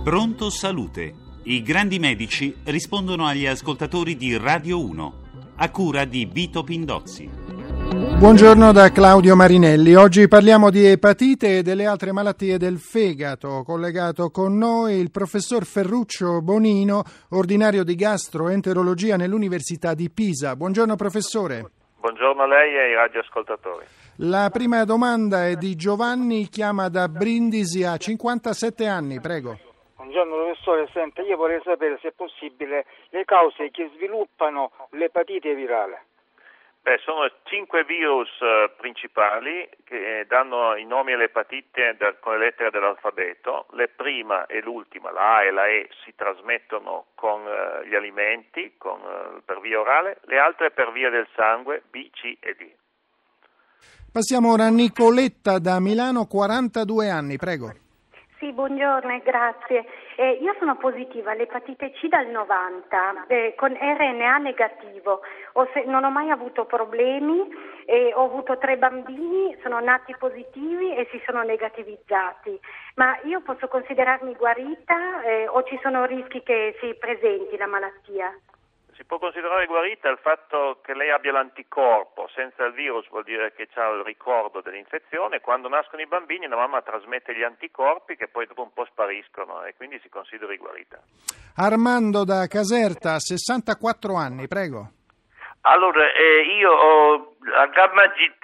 Pronto Salute. I grandi medici rispondono agli ascoltatori di Radio 1, a cura di Vito Pindozzi. Buongiorno da Claudio Marinelli. Oggi parliamo di epatite e delle altre malattie del fegato. Collegato con noi il professor Ferruccio Bonino, ordinario di gastroenterologia nell'Università di Pisa. Buongiorno professore. Buongiorno a lei e ai radioascoltatori. La prima domanda è di Giovanni, chiama da Brindisi, ha 57 anni, prego. Buongiorno professore, senta, io vorrei sapere se è possibile le cause che sviluppano l'epatite virale. Sono 5 virus principali che danno i nomi alle epatite con le lettere dell'alfabeto. Le prima e l'ultima, la A e la E, si trasmettono con gli alimenti, per via orale, le altre per via del sangue, B, C e D. Passiamo ora a Nicoletta da Milano, 42 anni, prego. Sì, buongiorno e grazie. Io sono positiva all'epatite C dal 90 con RNA negativo. Non ho mai avuto problemi, ho avuto 3 bambini, sono nati positivi e si sono negativizzati. Ma io posso considerarmi guarita o ci sono rischi che si presenti la malattia? Si può considerare guarita il fatto che lei abbia l'anticorpo, senza il virus vuol dire che ha il ricordo dell'infezione. Quando nascono i bambini la mamma trasmette gli anticorpi che poi dopo un po' spariscono e quindi si consideri guarita. Armando da Caserta, 64 anni, prego. Allora, io ho la gamma GT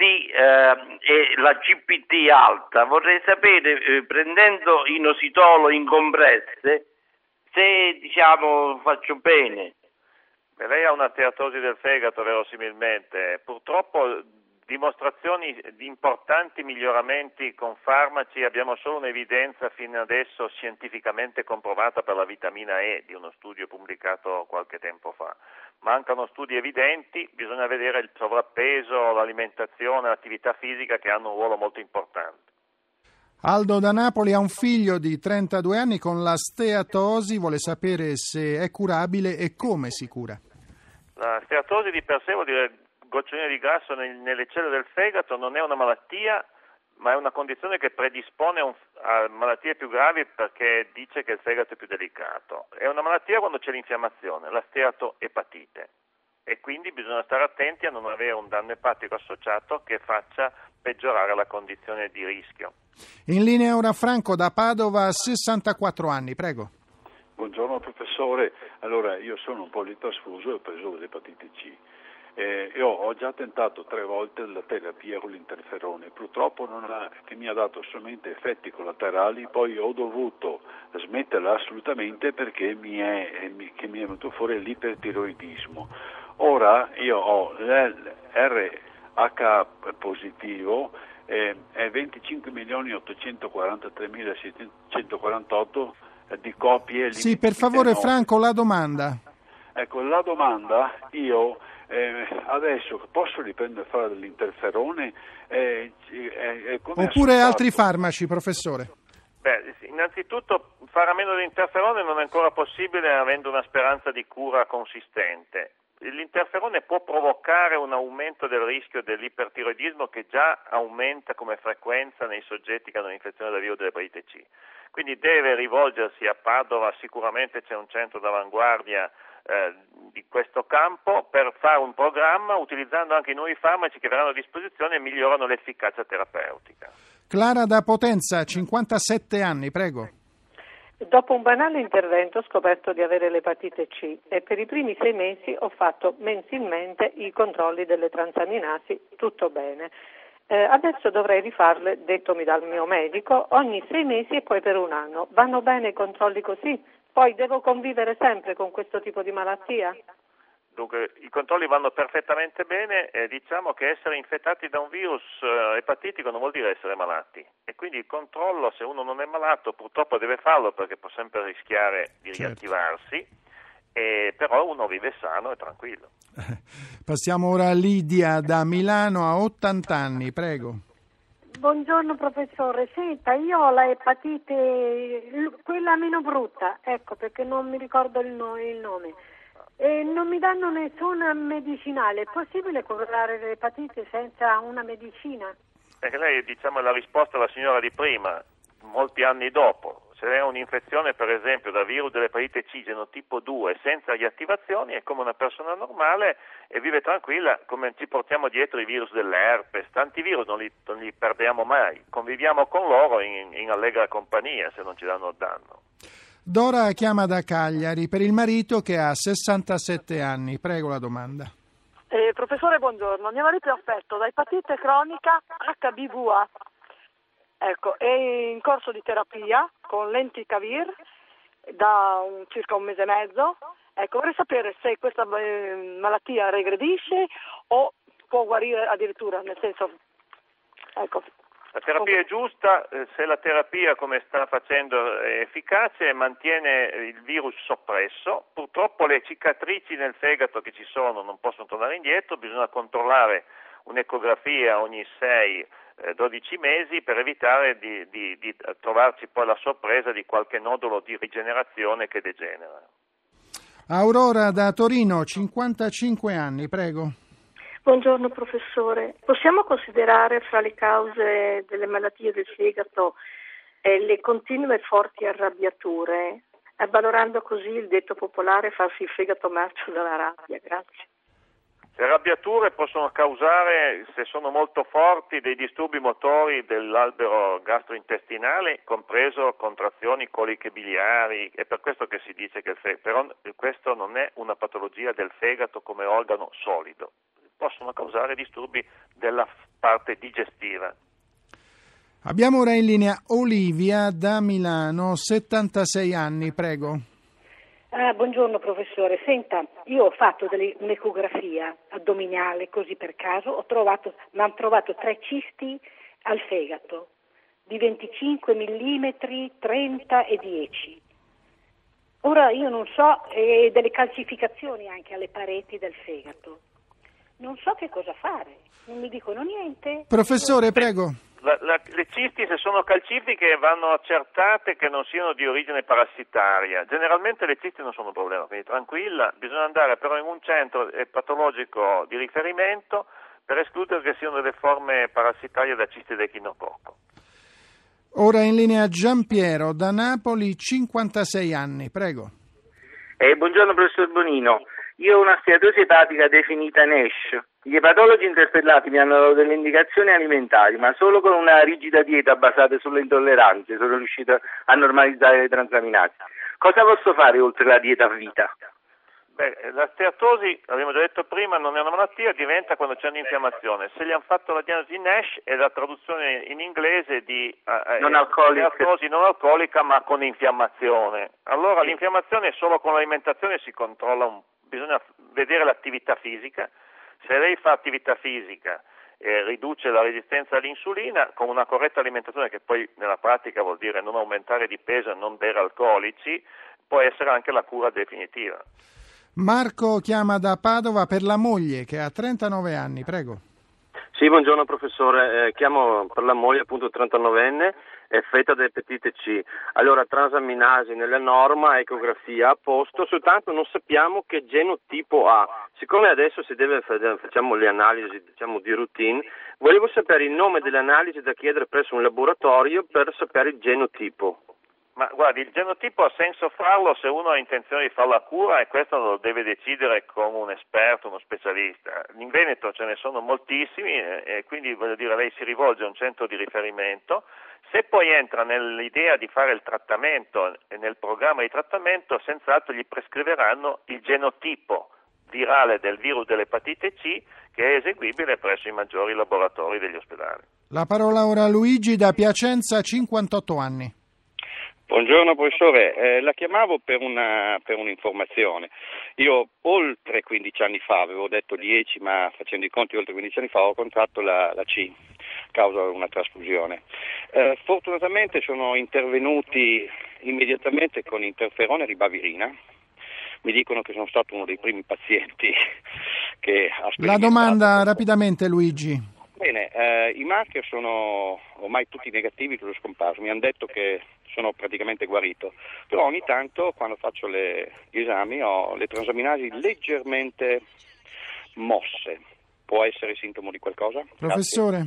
e la CPT alta. Vorrei sapere, prendendo inositolo in compresse, se faccio bene. Lei ha una steatosi del fegato verosimilmente. Purtroppo dimostrazioni di importanti miglioramenti con farmaci abbiamo solo un'evidenza fino adesso scientificamente comprovata per la vitamina E di uno studio pubblicato qualche tempo fa. Mancano studi evidenti, bisogna vedere il sovrappeso, l'alimentazione, l'attività fisica che hanno un ruolo molto importante. Aldo da Napoli ha un figlio di 32 anni con la steatosi, vuole sapere se è curabile e come si cura. La steatosi di per sé vuol dire goccioline di grasso nelle cellule del fegato, non è una malattia, ma è una condizione che predispone a malattie più gravi perché dice che il fegato è più delicato. È una malattia quando c'è l'infiammazione, la steatoepatite. E quindi bisogna stare attenti a non avere un danno epatico associato che faccia peggiorare la condizione di rischio. In linea ora Franco da Padova, 64 anni, prego. Buongiorno professore, allora io sono un politrasfuso e ho preso l'epatite C. Io ho già tentato 3 volte la terapia con l'interferone, purtroppo che mi ha dato solamente effetti collaterali, poi ho dovuto smetterla assolutamente perché mi è venuto fuori l'ipertiroidismo. Ora io ho l'RH positivo, è 25.843.648 di copie. Sì, per favore Franco, la domanda. Ecco, la domanda, io adesso posso riprendere a fare dell'interferone? Oppure altri farmaci, professore? Innanzitutto fare a meno dell'interferone non è ancora possibile avendo una speranza di cura consistente. L'interferone può provocare un aumento del rischio dell'ipertiroidismo che già aumenta come frequenza nei soggetti che hanno l'infezione da virus dell'epatite C. Quindi deve rivolgersi a Padova, sicuramente c'è un centro d'avanguardia di questo campo per fare un programma utilizzando anche i nuovi farmaci che verranno a disposizione e migliorano l'efficacia terapeutica. Clara da Potenza, 57 anni, prego. Dopo un banale intervento ho scoperto di avere l'epatite C e per i primi 6 mesi ho fatto mensilmente i controlli delle transaminasi, tutto bene. Adesso dovrei rifarle, dettomi dal mio medico, ogni 6 mesi e poi per 1 anno. Vanno bene i controlli così? Poi devo convivere sempre con questo tipo di malattia? Dunque, i controlli vanno perfettamente bene e diciamo che essere infettati da un virus epatitico non vuol dire essere malati e quindi il controllo, se uno non è malato, purtroppo deve farlo perché può sempre rischiare di riattivarsi, però uno vive sano e tranquillo. Passiamo ora a Lidia da Milano, a 80 anni, prego. Buongiorno professore, senta, io ho la epatite, quella meno brutta, ecco perché non mi ricordo il nome. E non mi danno nessuna medicinale. È possibile curare l'epatite senza una medicina? Perché lei, diciamo, è la risposta alla signora di prima, molti anni dopo. Se è un'infezione per esempio da virus dell'epatite C genotipo 2 senza riattivazioni è come una persona normale e vive tranquilla, come ci portiamo dietro i virus dell'herpes. Tanti virus non li perdiamo mai, conviviamo con loro in allegra compagnia se non ci danno danno. Dora chiama da Cagliari per il marito che ha 67 anni. Prego la domanda. Professore, buongiorno. Mio marito è affetto da epatite cronica HBV-A. Ecco, è in corso di terapia con l'Entecavir da circa un mese e mezzo. Ecco, vorrei sapere se questa malattia regredisce o può guarire addirittura, nel senso, ecco. La terapia è giusta se la terapia, come sta facendo, è efficace e mantiene il virus soppresso. Purtroppo le cicatrici nel fegato che ci sono non possono tornare indietro, bisogna controllare un'ecografia ogni 6-12 mesi per evitare di trovarci poi la sorpresa di qualche nodulo di rigenerazione che degenera. Aurora da Torino, 55 anni, prego. Buongiorno professore, possiamo considerare fra le cause delle malattie del fegato le continue forti arrabbiature, avvalorando così il detto popolare farsi il fegato marcio dalla rabbia? Grazie. Le arrabbiature possono causare, se sono molto forti, dei disturbi motori dell'albero gastrointestinale, compreso contrazioni coliche biliari, è per questo che si dice che però questo non è una patologia del fegato come organo solido. Possono causare disturbi della parte digestiva. Abbiamo ora in linea Olivia da Milano, 76 anni, prego. Buongiorno professore, senta, io ho fatto un'ecografia addominale così per caso, mi hanno trovato 3 cisti al fegato di 25 mm, 30 e 10. Ora io non so, delle calcificazioni anche alle pareti del fegato. Non so che cosa fare, non mi dicono niente. Professore, prego. Le cisti, se sono calcifiche, vanno accertate che non siano di origine parassitaria. Generalmente le cisti non sono un problema, quindi tranquilla. Bisogna andare però in un centro patologico di riferimento per escludere che siano delle forme parassitarie da cisti d'echinococco. Ora in linea Giampiero da Napoli, 56 anni, prego. Buongiorno professor Bonino. Io ho una steatosi epatica definita NASH. Gli epatologi interpellati mi hanno dato delle indicazioni alimentari, ma solo con una rigida dieta basata sulle intolleranze sono riuscito a normalizzare le transaminasi. Cosa posso fare oltre la dieta a vita? La steatosi, abbiamo già detto prima, non è una malattia, diventa quando c'è un'infiammazione. Se gli hanno fatto la diagnosi NASH è la traduzione in inglese di steatosi non alcolica ma con infiammazione. Allora l'infiammazione solo con l'alimentazione si controlla bisogna vedere l'attività fisica. Se lei fa attività fisica e riduce la resistenza all'insulina con una corretta alimentazione, che poi nella pratica vuol dire non aumentare di peso e non bere alcolici, può essere anche la cura definitiva. Marco chiama da Padova per la moglie che ha 39 anni, prego. Sì, buongiorno professore, chiamo per la moglie, appunto 39enne, è affetta da epatite C. Allora, transaminasi nella norma, ecografia a posto, soltanto non sappiamo che genotipo ha. Siccome adesso facciamo le analisi, diciamo, di routine, volevo sapere il nome dell'analisi da chiedere presso un laboratorio per sapere il genotipo. Ma guardi, il genotipo ha senso farlo se uno ha intenzione di fare la cura e questo lo deve decidere con un esperto, uno specialista. In Veneto ce ne sono moltissimi e quindi voglio dire lei si rivolge a un centro di riferimento. Se poi entra nell'idea di fare il trattamento e nel programma di trattamento, senz'altro gli prescriveranno il genotipo virale del virus dell'epatite C che è eseguibile presso i maggiori laboratori degli ospedali. La parola ora a Luigi da Piacenza, 58 anni. Buongiorno professore, la chiamavo per un'informazione. Io oltre 15 anni fa, avevo detto 10, ma facendo i conti oltre 15 anni fa ho contratto la C, causa una trasfusione. Fortunatamente sono intervenuti immediatamente con interferone e ribavirina. Mi dicono che sono stato uno dei primi pazienti che ha sperimentato. La domanda rapidamente Luigi. Bene, i marker sono ormai tutti negativi, sono scomparsi, mi hanno detto che sono praticamente guarito, però ogni tanto quando faccio gli esami ho le transaminasi leggermente mosse. Può essere sintomo di qualcosa? Professore? Grazie.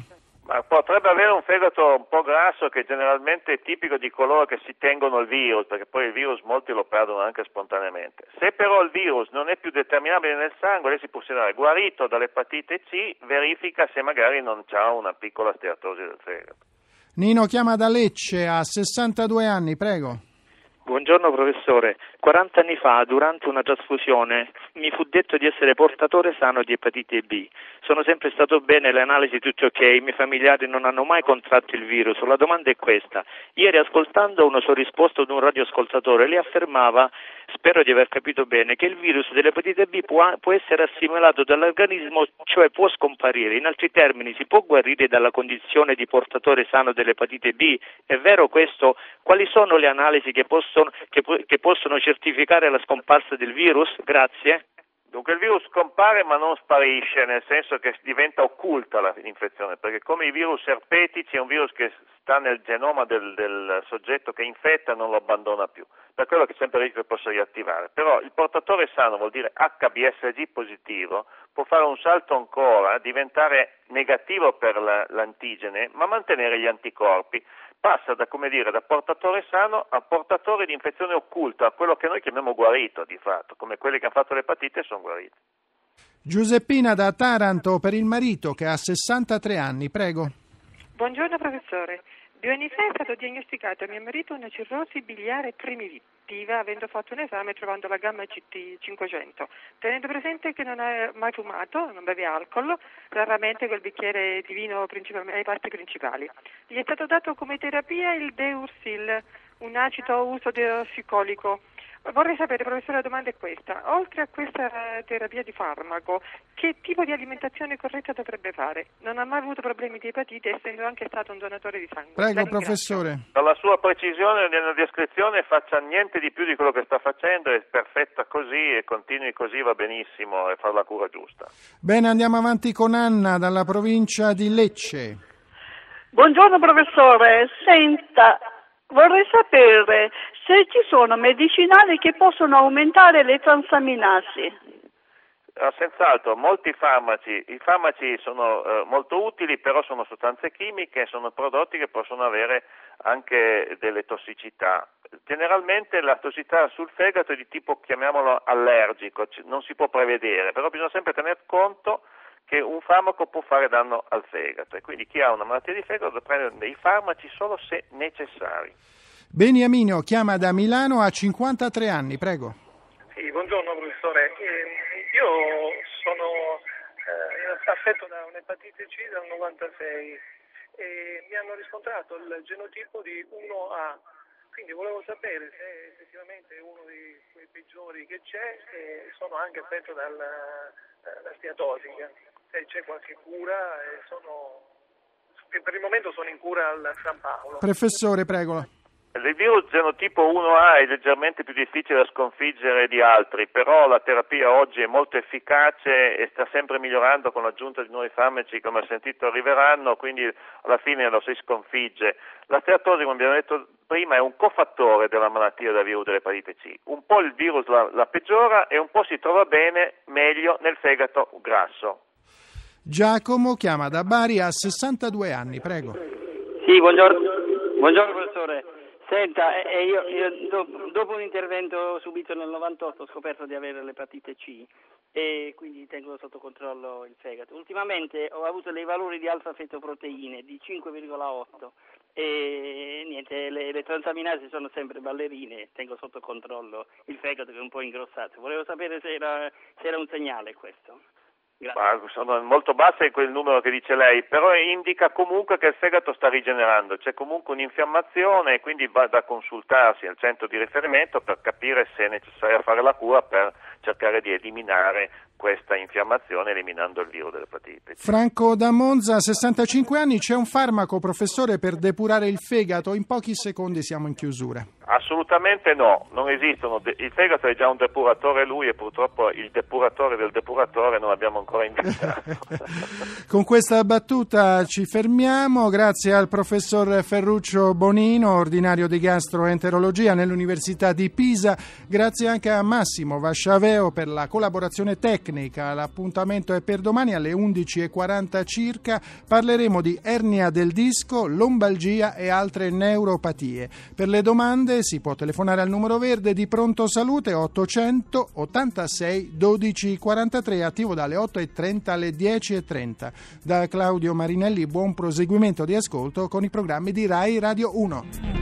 Ma potrebbe avere un fegato un po' grasso, che generalmente è tipico di coloro che si tengono il virus, perché poi il virus molti lo perdono anche spontaneamente. Se però il virus non è più determinabile nel sangue, lei si può considerare guarito dall'epatite C, verifica se magari non c'ha una piccola steatosi del fegato. Nino chiama da Lecce, ha 62 anni, prego. Buongiorno professore, 40 anni fa durante una trasfusione mi fu detto di essere portatore sano di epatite B. Sono sempre stato bene, le analisi tutto ok, i miei familiari non hanno mai contratto il virus. La domanda è questa: ieri ascoltando uno sorrisposto di un radioascoltatore, lei affermava, spero di aver capito bene, che il virus dell'epatite B può essere assimilato dall'organismo, cioè può scomparire. In altri termini, si può guarire dalla condizione di portatore sano dell'epatite B? È vero questo? Quali sono le analisi che possono certificare la scomparsa del virus? Grazie. Dunque il virus scompare ma non sparisce, nel senso che diventa occulta l'infezione, perché come i virus erpetici è un virus che sta nel genoma del soggetto che infetta e non lo abbandona più, per quello che c'è sempre il rischio che possa riattivare. Però il portatore sano vuol dire HBsAg positivo, può fare un salto ancora, diventare negativo per l'antigene ma mantenere gli anticorpi. Passa da portatore sano a portatore di infezione occulta, quello che noi chiamiamo guarito di fatto, come quelli che hanno fatto l'epatite sono guariti. Giuseppina da Taranto per il marito che ha 63 anni, prego. Buongiorno professore. 2 anni fa è stato diagnosticato a mio marito una cirrosi biliare primitiva, avendo fatto un esame trovando la gamma GT 500. Tenendo presente che non ha mai fumato, non beve alcol, raramente col bicchiere di vino ai pasti principali. Gli è stato dato come terapia il Deursil, un acido a uso deossicolico. Vorrei sapere, professore, la domanda è questa: oltre a questa terapia di farmaco, che tipo di alimentazione corretta dovrebbe fare? Non ha mai avuto problemi di epatite, essendo anche stato un donatore di sangue. Prego, professore. Dalla sua precisione nella descrizione faccia niente di più di quello che sta facendo, è perfetta così e continui così, va benissimo, e fa la cura giusta. Bene, andiamo avanti con Anna dalla provincia di Lecce. Buongiorno professore, senta, vorrei sapere se ci sono medicinali che possono aumentare le transaminasi. Senz'altro, i farmaci sono molto utili, però sono sostanze chimiche, sono prodotti che possono avere anche delle tossicità. Generalmente la tossicità sul fegato è di tipo, chiamiamolo, allergico, non si può prevedere, però bisogna sempre tener conto che un farmaco può fare danno al fegato e quindi chi ha una malattia di fegato deve prendere dei farmaci solo se necessari. Beniamino chiama da Milano, ha 53 anni, prego. Sì, buongiorno professore. Io sono affetto da un'epatite C dal 96 e mi hanno riscontrato il genotipo di 1A, quindi volevo sapere se effettivamente è uno di quei peggiori che c'è e sono anche affetto dalla steatosi, se c'è qualche cura, per il momento sono in cura al San Paolo. Professore, prego. Il virus genotipo 1A è leggermente più difficile da sconfiggere di altri, però la terapia oggi è molto efficace e sta sempre migliorando con l'aggiunta di nuovi farmaci, come ha sentito arriveranno, quindi alla fine lo si sconfigge. La steatosi, come abbiamo detto prima, è un cofattore della malattia da virus dell'epatite C. Un po' il virus la peggiora e un po' si trova meglio nel fegato grasso. Giacomo chiama da Bari, ha 62 anni, prego. Sì, buongiorno professore. Senta, io dopo un intervento subito nel 98 ho scoperto di avere l'epatite C e quindi tengo sotto controllo il fegato. Ultimamente ho avuto dei valori di alfa-fetoproteine di 5,8 e niente, le transaminasi sono sempre ballerine, tengo sotto controllo il fegato che è un po' ingrossato. Volevo sapere se era un segnale questo. Sono molto basse quel numero che dice lei, però indica comunque che il fegato sta rigenerando, c'è comunque un'infiammazione e quindi va da consultarsi al centro di riferimento per capire se è necessario fare la cura per cercare di eliminare questa infiammazione eliminando il virus dell'epatite. Franco da Monza, 65 anni, c'è un farmaco, professore, per depurare il fegato? In pochi secondi siamo in chiusura. Assolutamente no, non esistono. Il fegato è già un depuratore lui e purtroppo il depuratore del depuratore non l'abbiamo ancora inventato. Con questa battuta ci fermiamo, grazie al professor Ferruccio Bonino, ordinario di gastroenterologia nell'Università di Pisa, grazie anche a Massimo Vasciaveo per la collaborazione tecnica. tecnica. L'appuntamento è per domani alle 11:40 circa. Parleremo di ernia del disco, lombalgia e altre neuropatie. Per le domande si può telefonare al numero verde di Pronto Salute 800 86 12 43, attivo dalle 8:30 alle 10:30. Da Claudio Marinelli buon proseguimento di ascolto con i programmi di Rai Radio 1.